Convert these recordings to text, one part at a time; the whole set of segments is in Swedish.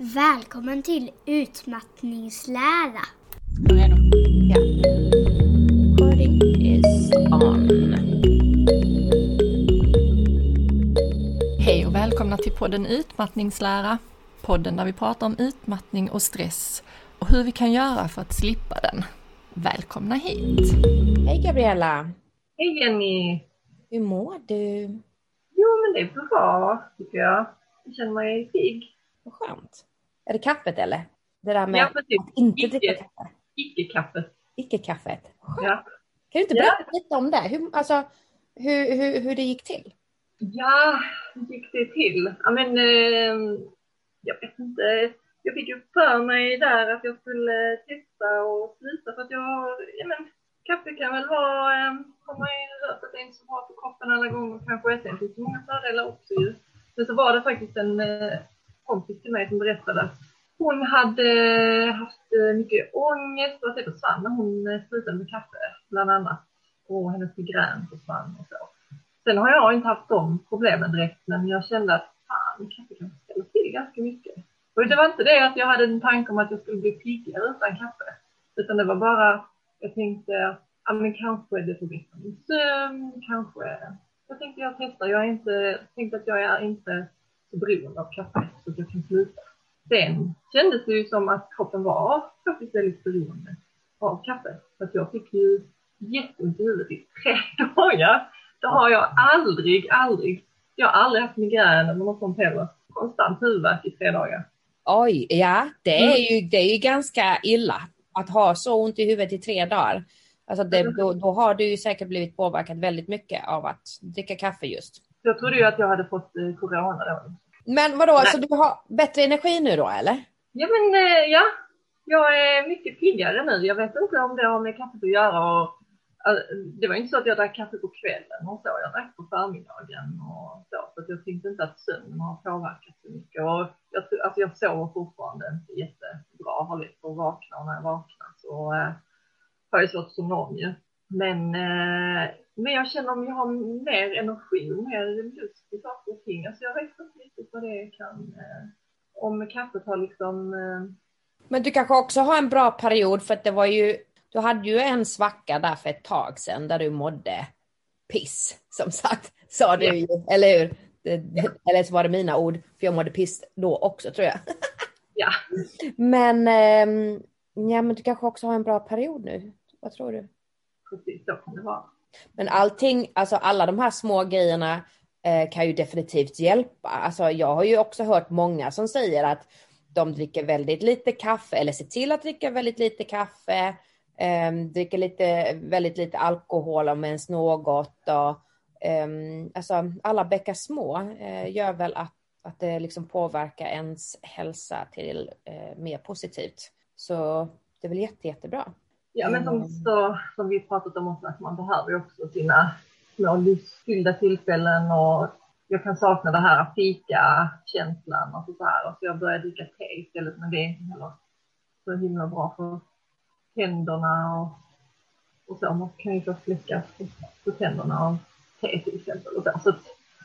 Välkommen till utmattningslära. Redo? Ja. Recording is on. Hej och välkomna till podden Utmattningslära. Podden där vi pratar om utmattning och stress och hur vi kan göra för att slippa den. Välkomna hit! Hej Gabriella! Hej Jenny! Hur mår du? Jo, men det är bra tycker jag. Jag känner mig pigg. Vad skönt. Är det kaffet eller? Det där med Ja, precis. att inte dricka kaffe. Icke-kaffet. Icke-kaffet. Skönt. Ja. Kan du inte berätta lite om det? Hur det gick till? Ja, hur gick det till? Ja, men jag vet inte. Jag fick ju för mig där att jag skulle testa och sluta för att kaffe kan väl vara, har man ju hört att det är inte så bra för kroppen alla gånger, kanske det finns så många fördelar också ju. Men så var det faktiskt en kompis till mig som berättade att hon hade haft mycket ångest och att det försvann när hon slutade med kaffe bland annat. Och hennes migrän försvann och så. Sen har jag inte haft de problemen direkt, men jag kände att kaffe kan ställa till ganska mycket. Och det var inte det att jag hade en tanke om att jag skulle bli piggare utan kaffe. Utan det var bara, jag tänkte, kanske det förbättrar min sömn, kanske. Jag tänkte jag testar, tänkte att jag är inte så beroende av kaffe så att jag kan sluta. Sen kändes det ju som att kroppen var faktiskt väldigt beroende av kaffe. Så att jag fick ju jätteont i huvudet i 3 dagar. Det har jag aldrig. Jag har aldrig haft migrän eller något sånt heller. Konstant huvudvärk i 3 dagar. Oj, ja. Det är ju ganska illa att ha så ont i huvudet i 3 dagar. Alltså då har du ju säkert blivit påverkad väldigt mycket av att dricka kaffe just. Jag trodde ju att jag hade fått corona då. Men vadå, så du har bättre energi nu då, eller? Ja, men ja. Jag är mycket piggare nu. Jag vet inte om det har med kaffet att göra. Det var inte så att jag drack kaffe på kvällen och så. Jag drack på förmiddagen och så. Så att jag tänkte inte att sömnen har påverkat så mycket. Och jag sover fortfarande inte jättebra. Jag har lätt för att vakna och när jag vaknar så har jag svårt att somna om ju. Men jag känner om jag har mer energi och mer lust i saker och ting. Alltså jag vet inte riktigt vad det kan. Om kaffet har liksom... Men du kanske också har en bra period för att det var ju... Du hade ju en svacka där för ett tag sedan där du mådde piss, som sagt, sa du ju, eller hur? Eller så var det mina ord, för jag mådde piss då också, tror jag. Ja. Men du kanske också har en bra period nu, vad tror du? Precis, så kan det vara. Men alla de här små grejerna kan ju definitivt hjälpa. Alltså jag har ju också hört många som säger att de dricker väldigt lite kaffe, eller ser till att dricka väldigt lite kaffe, dricker väldigt lite alkohol om ens något och alla bäckar små gör väl att det liksom påverkar ens hälsa till mer positivt. Så det är väl jättebra. Ja, men som vi pratat om också, att man behöver också sina små lustfyllda tillfällen och jag kan sakna det här fika-känslan och så här. Och så jag började dricka te istället, men det är inte heller så himla bra för tänderna och så. Man kan ju få fläckar på tänderna av te till exempel. Och så att,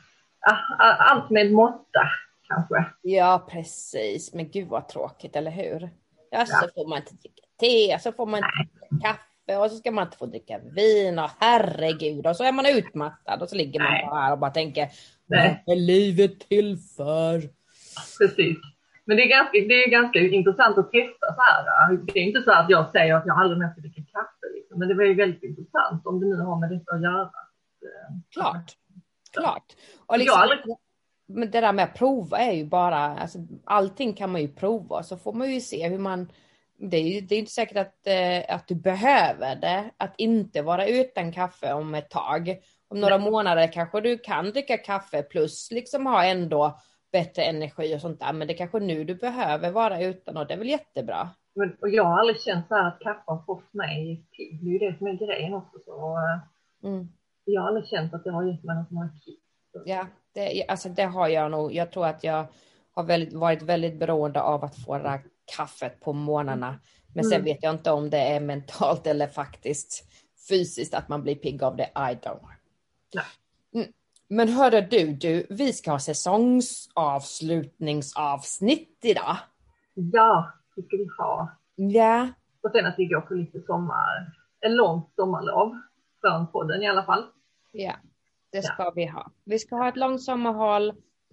allt med måtta kanske. Ja, precis. Men gud vad tråkigt, eller hur? Ja, så får man inte dricka te, så får man inte dricka kaffe och så ska man inte få dricka vin och herregud. Och så är man utmattad och så ligger man bara här och bara tänker vad är livet till för? Precis. Men det är ganska intressant att testa så här. Det är inte så att jag säger att jag aldrig mer ska dricka kaffe. Liksom. Men det var ju väldigt intressant om det nu har med detta att göra. Klart. Och liksom, men det där med att prova är ju bara, alltså, allting kan man ju prova. Så får man ju se hur man, det är inte säkert att du behöver det. Att inte vara utan kaffe om ett tag. Om några månader kanske du kan dricka kaffe plus liksom ha ändå bättre energi och sånt där. Men det kanske nu du behöver vara utan och det är väl jättebra. Och jag har aldrig känt så här att kaffe har fått mig till. Det är ju det som är grejen också. Så, jag har aldrig känt att jag har gett mig något som har kick. Ja, det har jag nog. Jag tror att jag har varit väldigt beroende av att få det här kaffet på morgnarna. Men sen vet jag inte om det är mentalt eller faktiskt fysiskt att man blir pigg av det. I don't know. Nej. Men hörde du, vi ska ha säsongsavslutningsavsnitt idag. Ja, det ska vi ha. Ja. Och sen att vi går på lite en långt sommarlov från podden i alla fall. Ja, det ska vi ha. Vi ska ha ett långt sommarhåll.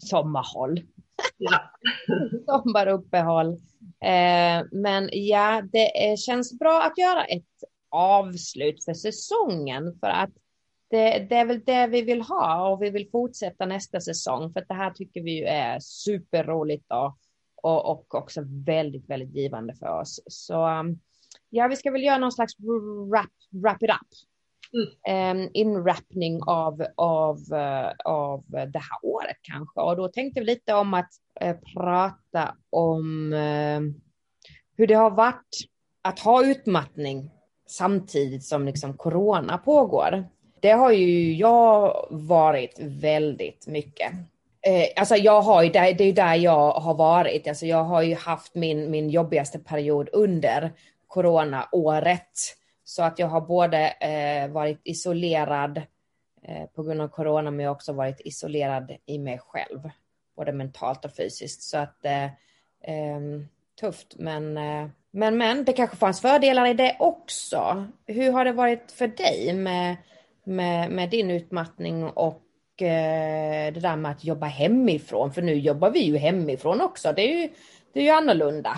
Ja. Sommaruppehåll. Men ja, det känns bra att göra ett avslut för säsongen. För att det är väl det vi vill ha. Och vi vill fortsätta nästa säsong. För att det här tycker vi ju är superroligt då. Och också väldigt, väldigt givande för oss. Så ja, vi ska väl göra någon slags wrap it up. Inwrappning av det här året kanske. Och då tänkte vi lite om att prata om hur det har varit att ha utmattning samtidigt som liksom corona pågår. Det har ju jag varit väldigt mycket. Alltså det är ju där jag har varit. Alltså jag har ju haft min jobbigaste period under corona-året. Så att jag har både varit isolerad på grund av corona, men jag har också varit isolerad i mig själv. Både mentalt och fysiskt. Så att tufft. Men det kanske fanns fördelar i det också. Hur har det varit för dig med din utmattning och det där med att jobba hemifrån? För nu jobbar vi ju hemifrån också. Det är ju annorlunda.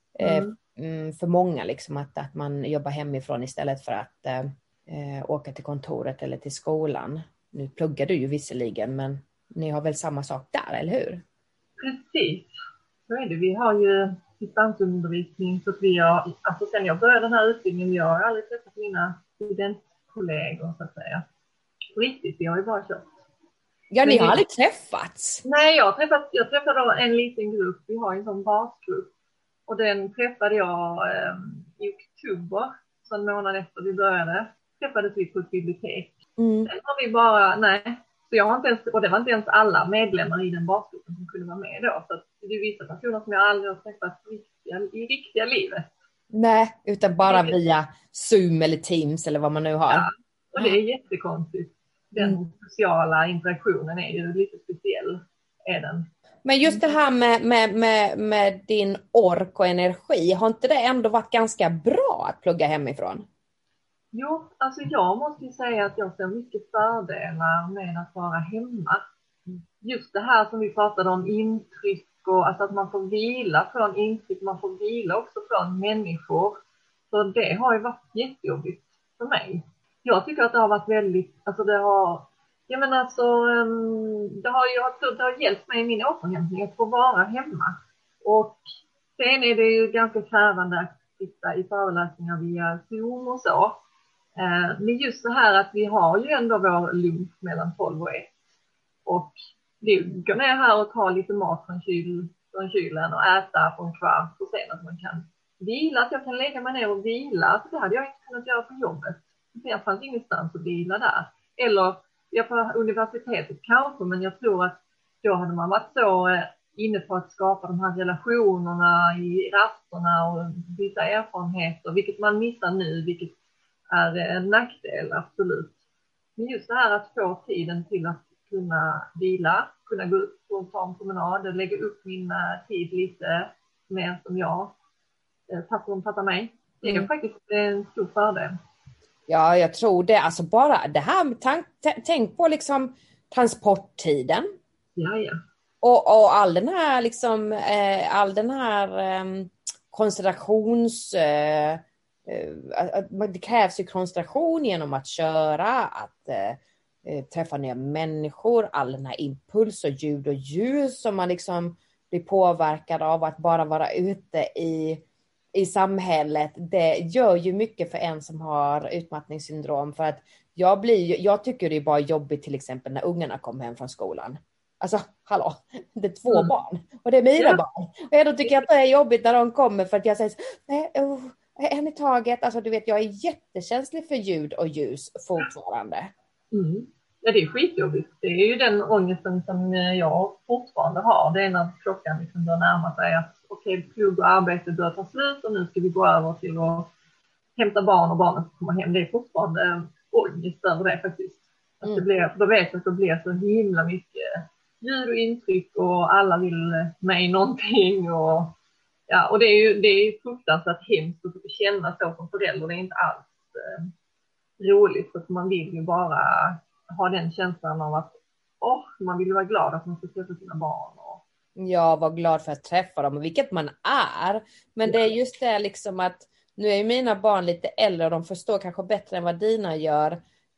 För många liksom att man jobbar hemifrån istället för att åka till kontoret eller till skolan. Nu pluggar du ju visserligen, men ni har väl samma sak där, eller hur? Precis, så är det. Vi har ju distansundervisning, så att vi har, alltså sen jag började den här utbildningen, jag har aldrig träffat mina studentkollegor så att säga. Riktigt, vi har ju bara kört. Ja, ni har aldrig träffats? Nej, jag träffade en liten grupp, vi har en sån basgrupp. Och den träffade jag i oktober, så en månad efter vi började. Träffades vi på ett bibliotek. Sen har vi så jag har inte ens, och det var inte ens alla medlemmar i den basgruppen som kunde vara med då. Så det är vissa personer som jag aldrig har träffat i riktiga livet. Nej, utan bara via Zoom eller Teams eller vad man nu har. Ja, och det är jättekonstigt. Den sociala interaktionen är ju lite speciell, är den. Men just det här med din ork och energi, har inte det ändå varit ganska bra att plugga hemifrån? Jo, alltså jag måste ju säga att jag ser mycket fördelar med att vara hemma. Just det här som vi pratade om, intryck och alltså att man får vila från intryck, man får vila också från människor. Så det har ju varit jättejobbigt för mig. Jag tycker att det har varit väldigt, alltså det har... Jag menar alltså, det har hjälpt mig i min återhämtning att få vara hemma. Och sen är det ju ganska krävande att sitta i föreläsningar via Zoom och så. Men just så här att vi har ju ändå vår lunch mellan 12 och 1. Och det går ner här och ta lite mat från kylen och äta på en kvart. Och sen att man kan vila, att jag kan lägga mig ner och vila. Så det hade jag inte kunnat göra på jobbet. Det fanns ingenstans att vila där. Eller... Jag på universitetet kanske, men jag tror att då hade man varit så inne på att skapa de här relationerna i rasterna och vissa erfarenheter, vilket man missar nu, vilket är en nackdel, absolut. Men just det här att få tiden till att kunna vila, kunna gå ut och ta en promenad, lägga upp min tid lite mer som jag passar mig. Det är faktiskt en stor fördel. Ja, jag tror det. Alltså bara det här med tänk på liksom transporttiden. Ja. Och all den här liksom koncentrations det krävs ju koncentration genom att köra, att träffa nya människor, all den här impuls och ljud och ljus som man liksom blir påverkad av, att bara vara ute i samhället. Det gör ju mycket för en som har utmattningssyndrom, för att jag tycker det är bara jobbigt till exempel när ungarna kommer hem från skolan. Alltså, hallå, det är 2 barn och det är mina barn. Och då tycker jag att det är jobbigt när de kommer, för att jag säger en i taget. Alltså du vet, jag är jättekänslig för ljud och ljus fortfarande. Ja, det är skitjobbigt. Det är ju den ångesten som jag fortfarande har. Det är när klockan liksom börjar närma sig att plugg och arbete börjar ta slut och nu ska vi gå över till att hämta barn och barnen ska komma hem. Det är fortfarande ångest över det faktiskt. Att då vet jag att det blir så himla mycket ljud och intryck och alla vill mig någonting och Ja, och det är ju fruktansvärt hemskt att känna så som förälder. Det är inte alls roligt, för att man vill ju bara ha den känslan av att man vill vara glad att man ska träffa sina barn. Ja, var glad för att träffa dem, vilket man är. Men det är just det liksom att nu är ju mina barn lite äldre och de förstår kanske bättre än vad dina gör.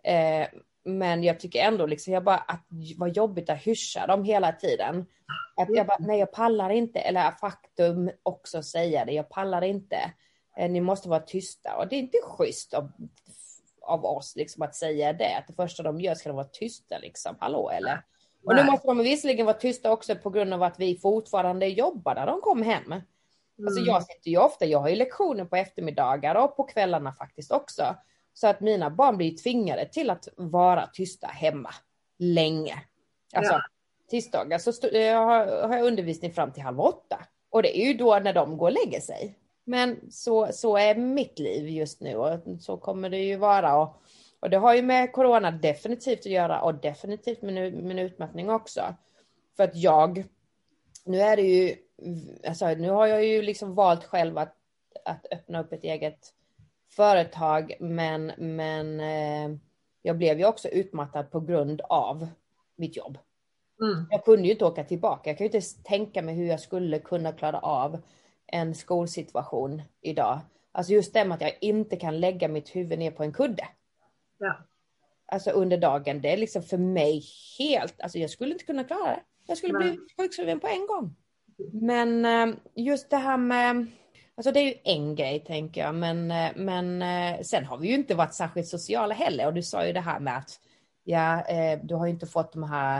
Men jag tycker ändå liksom, att vad jobbigt att hyscha dem hela tiden. Att jag bara, nej jag pallar inte. Eller faktum också säga det, jag pallar inte. Ni måste vara tysta. Och det är inte schysst av oss liksom att säga det. Att det första de gör ska de vara tysta liksom. Hallå eller? Och nu måste de visserligen vara tysta också på grund av att vi fortfarande jobbar när de kom hem. Alltså jag sitter ju ofta, jag har ju lektioner på eftermiddagar och på kvällarna faktiskt också. Så att mina barn blir tvingade till att vara tysta hemma länge. Alltså tisdagar så har jag undervisning fram till 7:30. Och det är ju då när de går och lägger sig. Men så är mitt liv just nu och så kommer det ju vara. Och det har ju med corona definitivt att göra och definitivt med min utmattning också. För att nu är det ju, alltså nu har jag ju liksom valt själv att öppna upp ett eget företag. Men jag blev ju också utmattad på grund av mitt jobb. Jag kunde ju inte åka tillbaka. Jag kan ju inte tänka mig hur jag skulle kunna klara av en skolsituation idag. Alltså just det med att jag inte kan lägga mitt huvud ner på en kudde. Ja. Alltså under dagen, det är liksom för mig helt, alltså jag skulle inte kunna klara det. Jag skulle bli sjukskriven på en gång. Men just det här med, alltså det är ju en grej tänker jag, men sen har vi ju inte varit särskilt sociala heller. Och du sa ju det här med att du har ju inte fått de här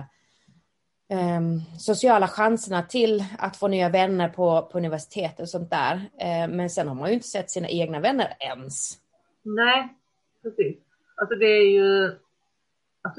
sociala chanserna till att få nya vänner på universitetet och sånt där. Men sen har man ju inte sett sina egna vänner ens. Nej, precis. Alltså det är ju, alltså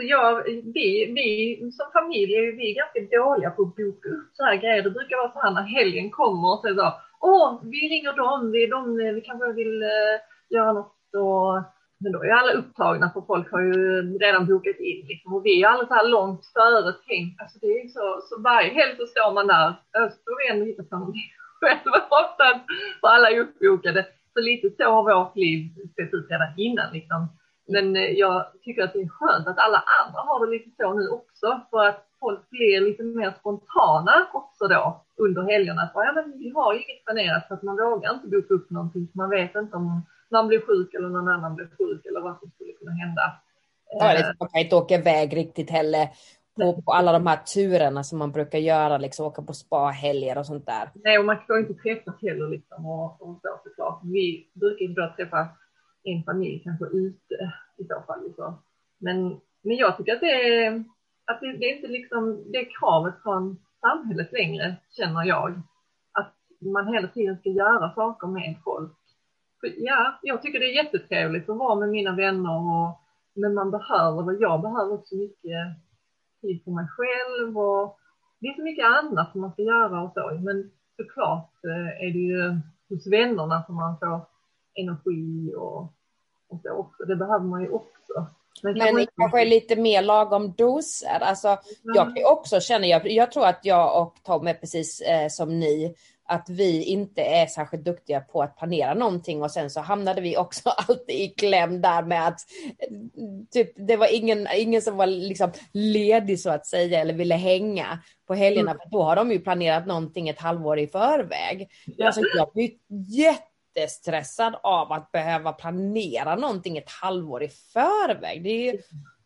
vi som familj är ju vi ganska dåliga på att boka upp så här grejer. Det brukar vara så här när helgen kommer och så vi ringer dem, vi kanske vill göra något och, men då är alla upptagna för folk har ju redan bokat in liksom, och vi är alla så här långt före tänkt. Alltså det är så varje helg så står man där och så får vi ändå hitta familj själva oftast för alla är uppbokade. Så lite så har vårt liv sett ut redan innan liksom. Men jag tycker att det är skönt att alla andra har det lite så nu också. För att folk blir lite mer spontana också då under helgerna. Så men vi har ju inget planerat för att man vågar inte boka upp någonting. Man vet inte om man blir sjuk eller någon annan blir sjuk eller vad som skulle kunna hända. Ja, man kan inte åka iväg riktigt heller på alla de här turerna som man brukar göra. Liksom åka på spa-helger och sånt där. Nej, och man kan inte träffas heller liksom, och så såklart. Vi brukar inte bara träffa en familj kanske ute i så fall. Liksom. Men jag tycker att det är inte liksom det kravet från samhället längre, känner jag. Att man hela tiden ska göra saker med folk. För jag tycker det är jättetrevligt att vara med mina vänner. Men jag behöver också mycket tid för mig själv. Och det är så mycket annat som man ska göra och så. Men såklart är det ju hos vännerna som man får energi och så också. Det behöver man ju också. Men det kanske är lite mer lagom doser. Alltså, jag kan också känna, jag tror att jag och Tom är precis som ni, att vi inte är särskilt duktiga på att planera någonting och sen så hamnade vi också alltid i kläm där med att typ, det var ingen som var liksom ledig så att säga eller ville hänga på helgerna, för då har de ju planerat någonting ett halvår i förväg. Alltså, jag blir jättestressad av att behöva planera någonting ett halvår i förväg. Det är ju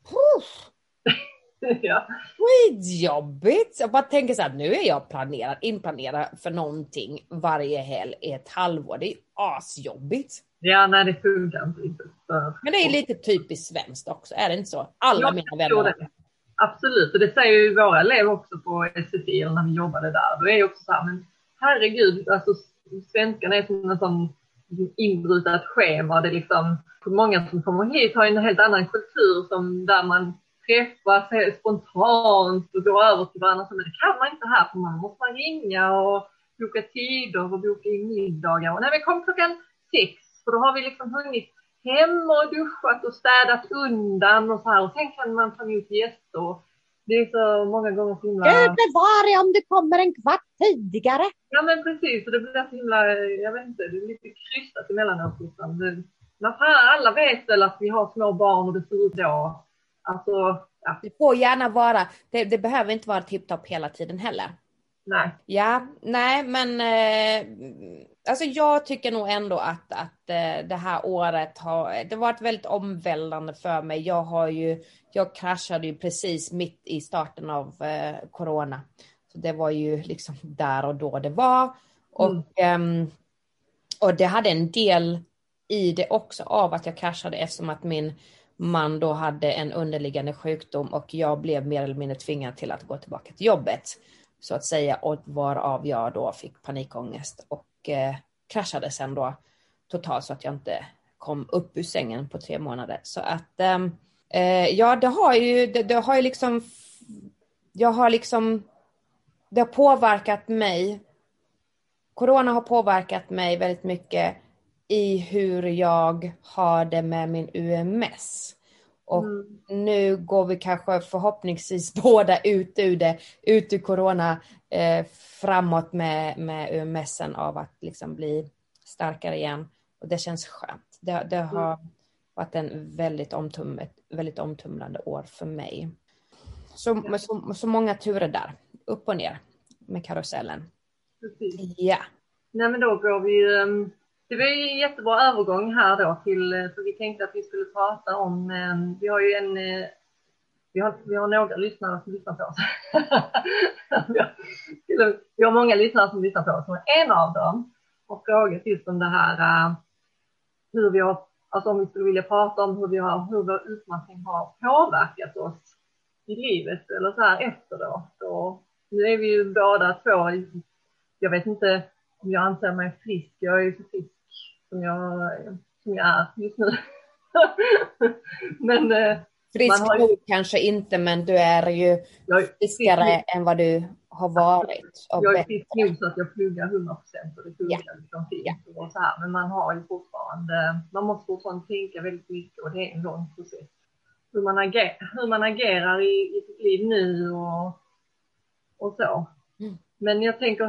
skitjobbigt. Jag bara tänker så här, nu är jag inplanerad för någonting varje helg i ett halvår. Det är asjobbigt. Ja, nej, det funkar inte. Men det är lite typiskt svenskt också, är det inte så? Alla mina vänner. Absolut, och det säger ju våra elever också på SFI när vi jobbade där. Då är ju också så här, men herregud, alltså svenskarna är som en sån inbrutat schema. Det är liksom, för många som kommer hit har en helt annan kultur som där man träffas spontant och går över till varandra. Men det kan man inte här, för man måste ringa och boka tider och boka in middagar. Och när vi kom 6:00, för då har vi liksom hunnit hem och duschat och städat undan och så här. Och sen kan man ta emot gäster. Det är så många gånger så himla... Gud bevare om du kommer en kvart tidigare. Ja men precis, och det blir så himla, jag vet inte, det är lite krystat emellanåt. Liksom. Alla vet väl att vi har små barn och det ser ut då. Alltså, ja. Det får gärna vara, det behöver inte vara tipptopp hela tiden heller. Nej. Ja, nej men alltså jag tycker nog ändå att det här året det varit väldigt omvälvande för mig. Jag kraschade ju precis mitt i starten av corona. Så det var ju liksom där och då det var. Och det hade en del i det också av att jag kraschade eftersom att min man då hade en underliggande sjukdom och jag blev mer eller mindre tvingad till att gå tillbaka till jobbet. Så att säga, och varav jag då fick panikångest och kraschade sen då totalt så att jag inte kom upp ur sängen på 3 månader. Så att ja, det har påverkat mig. Corona har påverkat mig väldigt mycket i hur jag har det med min UMS. Och nu går vi kanske förhoppningsvis båda ut ur corona framåt med UMSen av att liksom bli starkare igen. Och det känns skönt. Det har varit en väldigt omtumlande år för mig. Så många turer där. Upp och ner med karusellen. Precis. Ja. Nej men då går vi det var ju en jättebra övergång här då för vi tänkte att vi skulle prata om, vi har ju vi har några lyssnare som lyssnar på oss. Vi har många lyssnare som lyssnar på oss, och en av dem har frågat just om det här hur vi har, alltså om vi skulle vilja prata om hur vår utmattning har påverkat oss i livet eller så här efter då. Så nu är vi ju båda två, jag vet inte om jag anser mig frisk, jag är ju så frisk som jag är just nu. Men frisk nog kanske inte, men du är ju friskare än vad du har varit. Jag är frisk nog så att jag pluggar 100% och det funkar liksom fint och så här. Men man har ju man måste fortfarande tänka väldigt mycket och det är en lång process. Hur man agerar i sitt liv nu och så. Men jag tänker,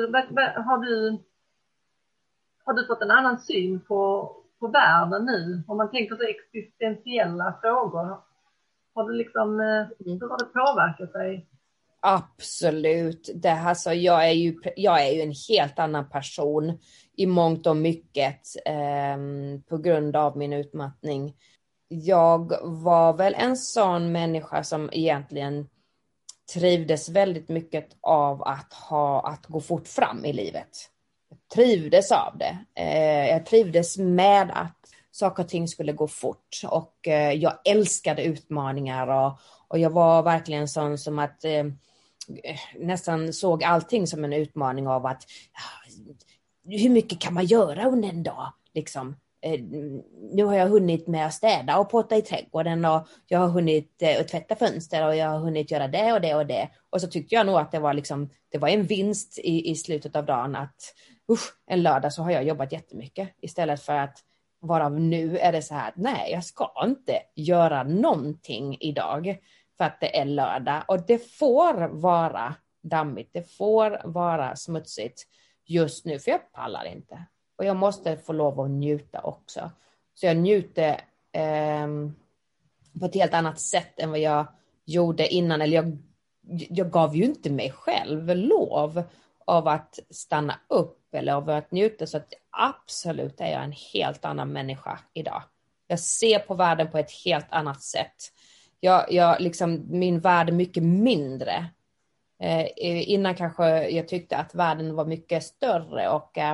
har du fått en annan syn på världen nu? Om man tänker så existentiella frågor. Har du liksom, hur har det påverkat dig? Absolut. Alltså, jag är ju en helt annan person i mångt och mycket på grund av min utmattning. Jag var väl en sån människa som egentligen trivdes väldigt mycket av att gå fort fram i livet. Jag trivdes av det. Jag trivdes med att saker och ting skulle gå fort. Och jag älskade utmaningar. Och jag var verkligen sån som att nästan såg allting som en utmaning av att hur mycket kan man göra under en dag? Liksom. Nu har jag hunnit med att städa och potta i trädgården och jag har hunnit att tvätta fönster och jag har hunnit göra det och det och det. Och så tyckte jag nog att det var en vinst i slutet av dagen att en lördag så har jag jobbat jättemycket istället för att varav nu är det så här, nej jag ska inte göra någonting idag för att det är lördag. Och det får vara dammigt, det får vara smutsigt just nu för jag pallar inte. Och jag måste få lov att njuta också. Så jag njuter på ett helt annat sätt än vad jag gjorde innan. Eller jag gav ju inte mig själv lov av att stanna upp eller av att njuta. Så att absolut är jag en helt annan människa idag. Jag ser på världen på ett helt annat sätt. Min värld är mycket mindre. Innan kanske jag tyckte att världen var mycket större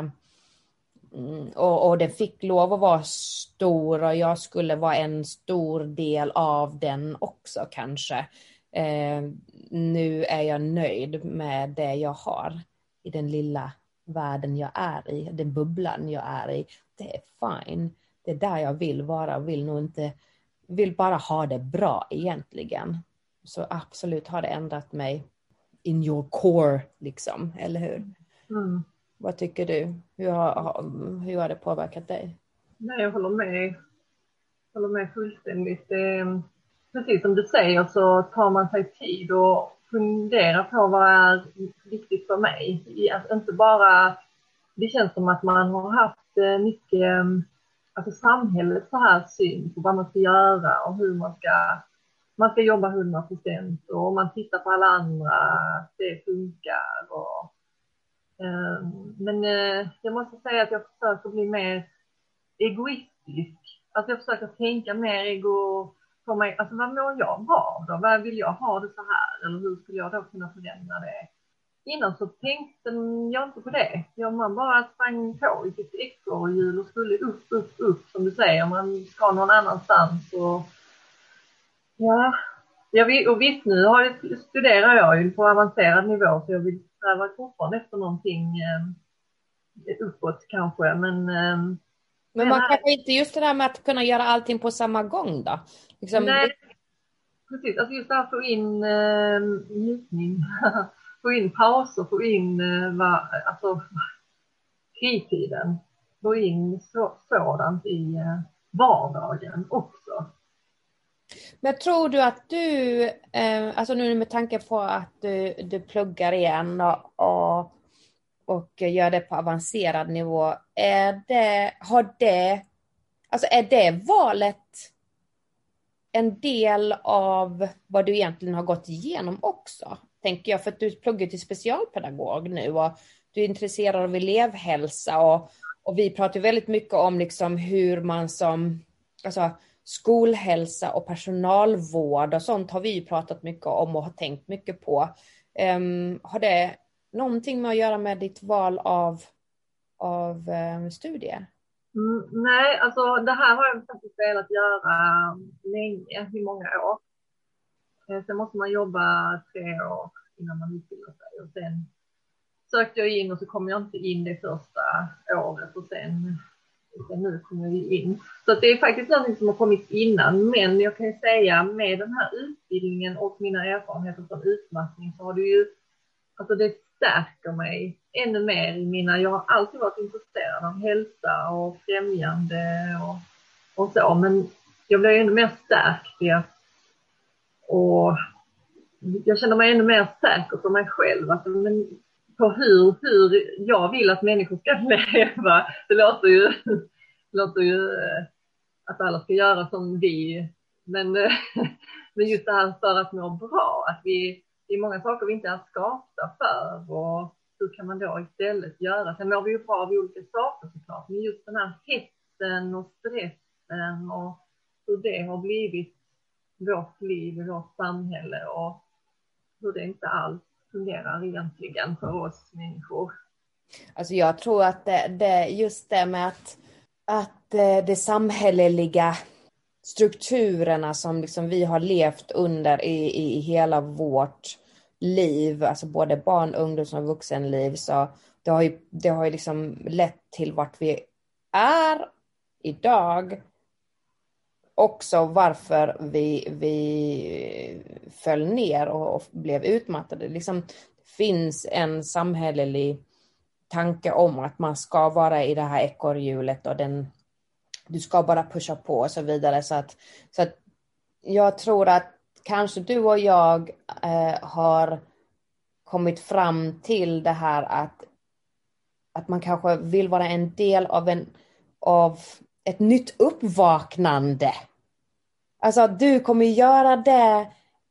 och det fick lov att vara stor och jag skulle vara en stor del av den också kanske. Nu är jag nöjd med det jag har i den lilla världen jag är i, den bubblan jag är i. Det är fine. Det är där jag vill vara och vill bara ha det bra egentligen. Så absolut har det ändrat mig in your core liksom, eller hur? Vad tycker du? Hur har det påverkat dig? Nej, jag håller med fullständigt. precis som du säger så tar man sig tid och funderar på vad är viktigt för mig. Inte bara, det känns som att man har haft mycket, alltså samhället så här syn på vad man ska göra och hur man ska jobba 100% och om man tittar på alla andra, det funkar. Men jag måste säga att jag försöker bli mer egoistisk. Alltså jag försöker tänka mer på mig. Alltså vad mår jag bra då? Vad vill jag ha det så här? Eller hur skulle jag då kunna förändra det? Innan så tänkte jag inte på det. Man bara sprang på i sitt ekorrhjul och skulle upp som du säger. Man ska någon annanstans och ja. Och visst nu studerar jag ju på avancerad nivå så jag vill sträva fortfarande efter någonting uppåt kanske. Men man kanske inte just det där med att kunna göra allting på samma gång då? Liksom... Nej, precis. Alltså just det här få in njutning, få in pauser, få in fritiden, få in sådant i vardagen också. Men tror du att du, alltså nu med tanke på att du pluggar igen och gör det på avancerad nivå, är det valet en del av vad du egentligen har gått igenom också? Tänker jag, för att du pluggar till specialpedagog nu och du är intresserad av elevhälsa och vi pratar väldigt mycket om liksom hur man som, alltså skolhälsa och personalvård och sånt har vi ju pratat mycket om och har tänkt mycket på. Har det någonting med att göra med ditt val av studier? Nej, alltså det här har jag faktiskt velat göra länge, i många år. Sen måste man jobba 3 år innan man utbildar sig och sen sökte jag in och så kom jag inte in det första året och sen nu kommer jag in. Så att det är faktiskt något som har kommit innan, men jag kan säga med den här utbildningen och mina erfarenheter från utmattning så har det ju, alltså det stärker mig ännu mer i jag har alltid varit intresserad av hälsa och främjande och så, men jag blir ännu mer stärkt i och jag känner mig ännu mer säker på mig själv, alltså, men på hur jag vill att människor ska leva. Det låter ju att alla ska göra som vi, men just det här för att må bra, att det är många saker vi inte är skapta för och hur kan man då istället göra? Sen mår vi ju bra av olika saker såklart, men just den här hetsen och stressen och hur det har blivit vårt liv i vårt samhälle och hur det inte alls fungerar egentligen för oss människor. Alltså jag tror att det just det med att det samhälleliga strukturerna som liksom vi har levt under i hela vårt liv, alltså både barn, ungdoms- och vuxenliv, så det har ju liksom lett till vart vi är idag. Också varför vi föll ner och blev utmattade. Liksom, det finns en samhällelig tanke om att man ska vara i det här ekorrhjulet och du ska bara pusha på och så vidare. Så att jag tror att kanske du och jag har kommit fram till det här att man kanske vill vara en del av ett nytt uppvaknande. Alltså du kommer göra det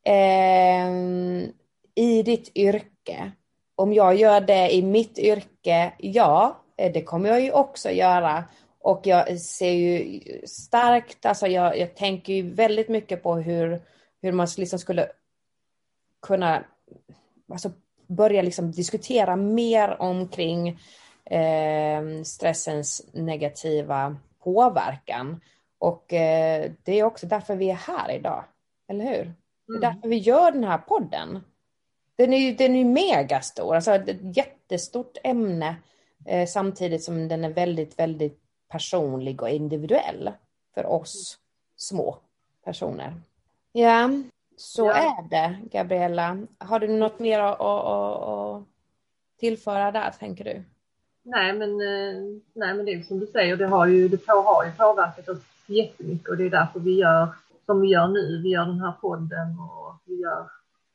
i ditt yrke. Om jag gör det i mitt yrke, ja, det kommer jag ju också göra. Och jag ser ju starkt, alltså jag tänker ju väldigt mycket på hur man liksom skulle kunna alltså börja liksom diskutera mer omkring stressens negativa påverkan. Och det är också därför vi är här idag, eller hur? Det är därför vi gör den här podden. Den är ju megastor, alltså ett jättestort ämne samtidigt som den är väldigt, väldigt personlig och individuell för oss små personer. Ja, så är det, Gabriella. Har du något mer att tillföra där, tänker du? Nej, men det är som du säger, det har ju påverkat oss jättemycket och det är därför vi gör som vi gör nu. Vi gör den här podden och vi gör,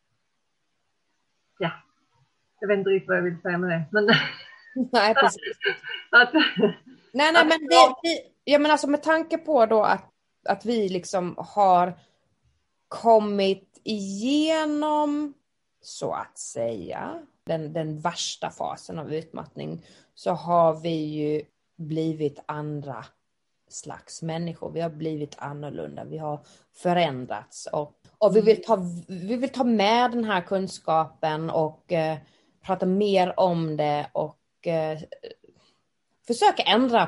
ja, jag vet inte riktigt vad jag vill säga med det. Men Nej, precis. Nej, men jag menar alltså med tanke på då att vi liksom har kommit igenom, så att säga, den värsta fasen av utmattning, så har vi ju blivit andra slags människor. Vi har blivit annorlunda. Vi har förändrats och vi vill ta med den här kunskapen och prata mer om det och försöka ändra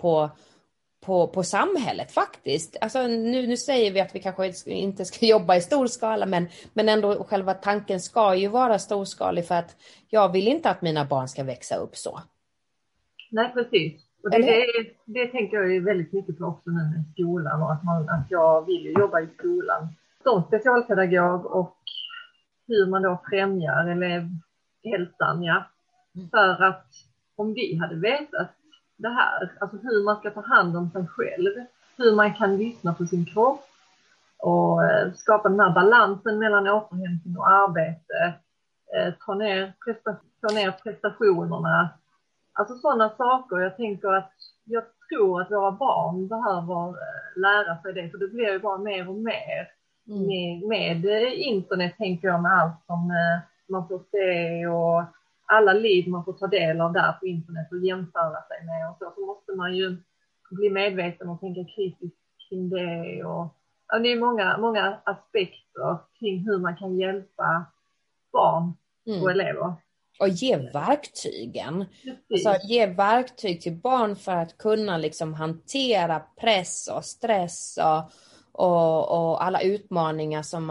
på samhället faktiskt. Alltså nu säger vi att vi kanske inte ska jobba i stor skala, men ändå själva tanken ska ju vara storskalig, för att jag vill inte att mina barn ska växa upp så. Nej, precis. Och det tänker jag ju väldigt mycket på också nu med skolan, och att jag vill ju jobba i skolan som specialpedagog, och hur man då främjar elevhälsan, ja. För att om vi hade vetat det här, alltså hur man ska ta hand om sig själv, hur man kan lyssna på sin kropp och skapa den här balansen mellan återhämtning och arbete, få ner prestationerna, alltså sådana saker. Jag tror att våra barn behöver lära sig det, för det blir ju bara mer och mer med internet, tänker jag, med allt som man får se och alla liv man får ta del av där på internet och jämföra sig med, och så måste man ju bli medveten och tänka kritiskt kring det, och det är många aspekter kring hur man kan hjälpa barn och elever. Och ge verktygen. Alltså ge verktyg till barn för att kunna liksom hantera press och stress och alla utmaningar som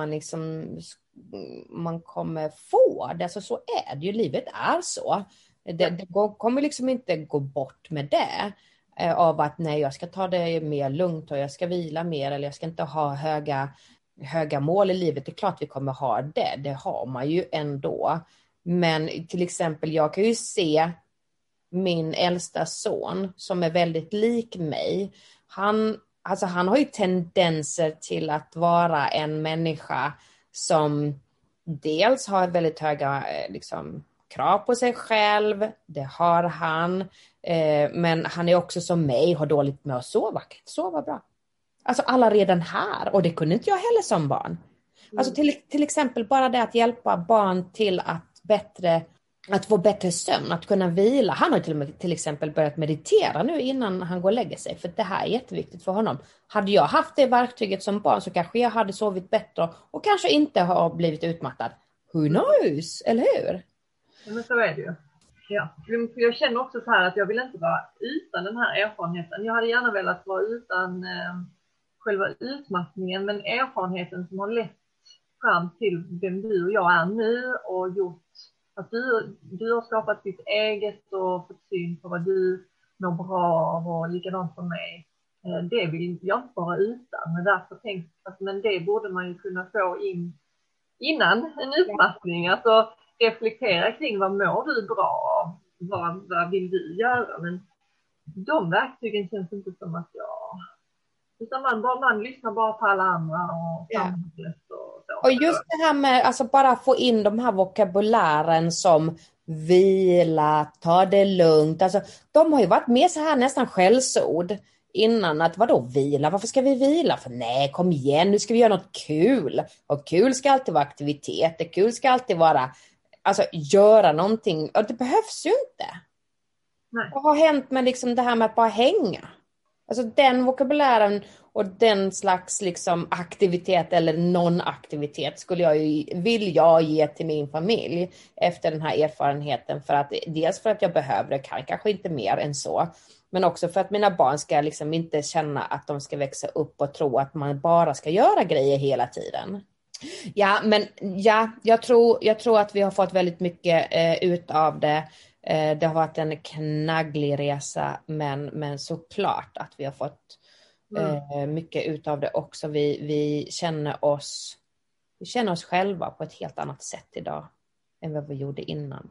man kommer få. Alltså, så är det ju, livet är så. Det kommer liksom inte gå bort med det. Av att nej, jag ska ta det mer lugnt och jag ska vila mer, eller jag ska inte ha höga mål i livet. Det är klart vi kommer ha det. Det har man ju ändå. Men till exempel jag kan ju se min äldsta son som är väldigt lik mig. Han har ju tendenser till att vara en människa som dels har väldigt höga krav på sig själv. Det har han. Men han är också som mig, har dåligt med att sova. Kan inte sova bra. Alltså alla redan här. Och det kunde inte jag heller som barn. Alltså till exempel bara det att hjälpa barn till att få bättre sömn, att kunna vila. Han har till exempel börjat meditera nu innan han går och lägger sig, för det här är jätteviktigt för honom. Hade jag haft det verktyget som barn så kanske jag hade sovit bättre och kanske inte har blivit utmattad. Who knows, eller hur? Ja, men så är det ju. Ja. Jag känner också så här att jag vill inte vara utan den här erfarenheten. Jag hade gärna velat vara utan själva utmattningen, men erfarenheten som har lett fram till vem du och jag är nu och gjort att du har skapat ditt eget och fått syn på vad du mår bra av, och likadant för mig. Det vill jag inte vara utan, men därför tänkte jag att men det borde man ju kunna få in innan en utmattning. Alltså reflektera kring vad mår du bra av, vad vill du göra, men de verktygen känns inte som att utan man lyssnar bara på alla andra och samhället och så. Och just det här med alltså bara få in de här vokabulären som vila, ta det lugnt. Alltså de har ju varit med så här nästan skällsord innan, att vadå vila? Varför ska vi vila? För nej, kom igen, nu ska vi göra något kul. Och kul ska alltid vara aktiviteter, kul ska alltid vara alltså göra någonting. Och det behövs ju inte. Nej. Vad har hänt med liksom det här med att bara hänga? Alltså den vokabulären och den slags liksom aktivitet eller non-aktivitet vill jag ge till min familj efter den här erfarenheten, för att dels för att jag behöver det, kanske inte mer än så, men också för att mina barn ska liksom inte känna att de ska växa upp och tro att man bara ska göra grejer hela tiden. Ja, men jag tror att vi har fått väldigt mycket ut av det. Det har varit en knagglig resa, men såklart att vi har fått mycket ut av det också. Vi känner oss själva på ett helt annat sätt idag än vad vi gjorde innan.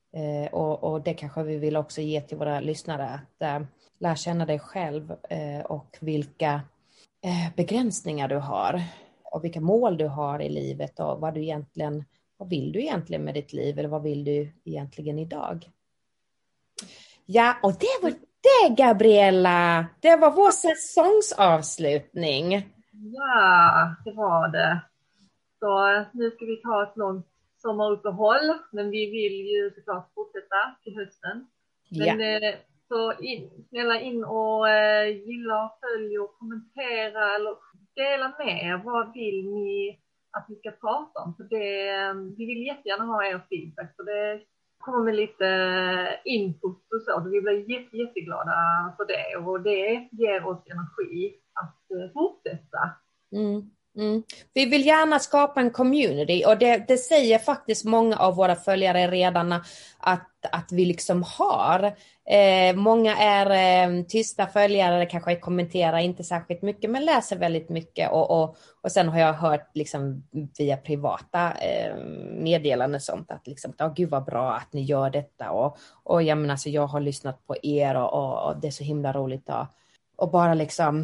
Och det kanske vi vill också ge till våra lyssnare, att lära känna dig själv och vilka begränsningar du har och vilka mål du har i livet och vad vill du egentligen med ditt liv eller vad vill du egentligen idag? Ja, och det var det, Gabriella. Det var vår säsongsavslutning. Ja, det var det. Så nu ska vi ta ett långt sommaruppehåll, men vi vill ju såklart fortsätta till hösten. Men så snälla in och gilla, följ och kommentera eller dela med er. Vad vill ni att vi ska prata om? För vi vill jättegärna ha er feedback. Så det kommer med lite input och så. Vi blir jätteglada för det. Och det ger oss energi att fortsätta. Vi vill gärna skapa en community och det säger faktiskt många av våra följare redan att vi liksom har. Många är tysta följare, kanske kommenterar inte särskilt mycket men läser väldigt mycket och sen har jag hört liksom via privata meddelanden sånt att liksom, gud vad bra att ni gör detta och jag menar, alltså, jag har lyssnat på er och det är så himla roligt och bara liksom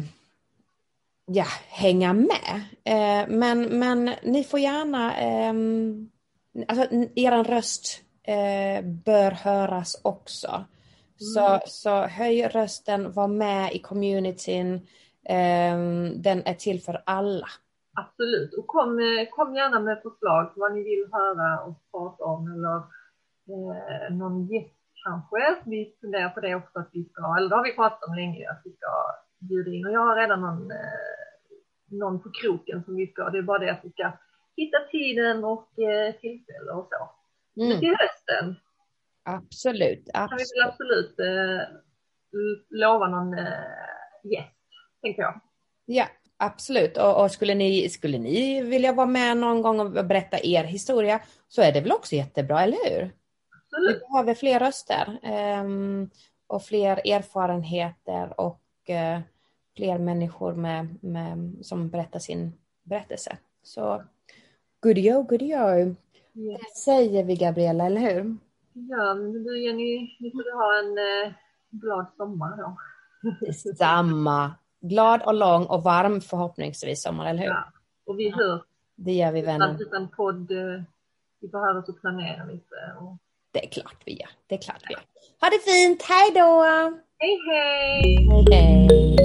hänga med. Men ni får gärna alltså er röst bör höras också. Så höj rösten, var med i communityn. Den är till för alla. Absolut. Och kom gärna med förslag vad ni vill höra och prata om eller någon gäst kanske. Vi funderar på det också att vi ska, eller det har vi pratat om länge, att vi ska bjuda in. Och jag har redan någon på kroken som vi ska, det är bara det att vi ska hitta tiden och tillfälle och så. Men till hösten. Absolut. Kan vi väl absolut lova någon gäst, tänker jag. Ja, absolut. Och skulle ni vilja vara med någon gång och berätta er historia så är det väl också jättebra, eller hur? Absolut. Vi behöver fler röster och fler erfarenheter och fler människor som berättar sin berättelse. Så good-yo. Yes. Det säger vi, Gabriella, eller hur? Ja, men du Jenny, ni får ha en glad sommar då. Samma. Glad och lång och varm förhoppningsvis sommar, eller hur? Ja, och vi hörs. Det gör vi, vänner. Utan podd, vi behöver så planera lite. Och... Det är klart vi gör. Ha det fint, hej då! Hej hej! Hej hej!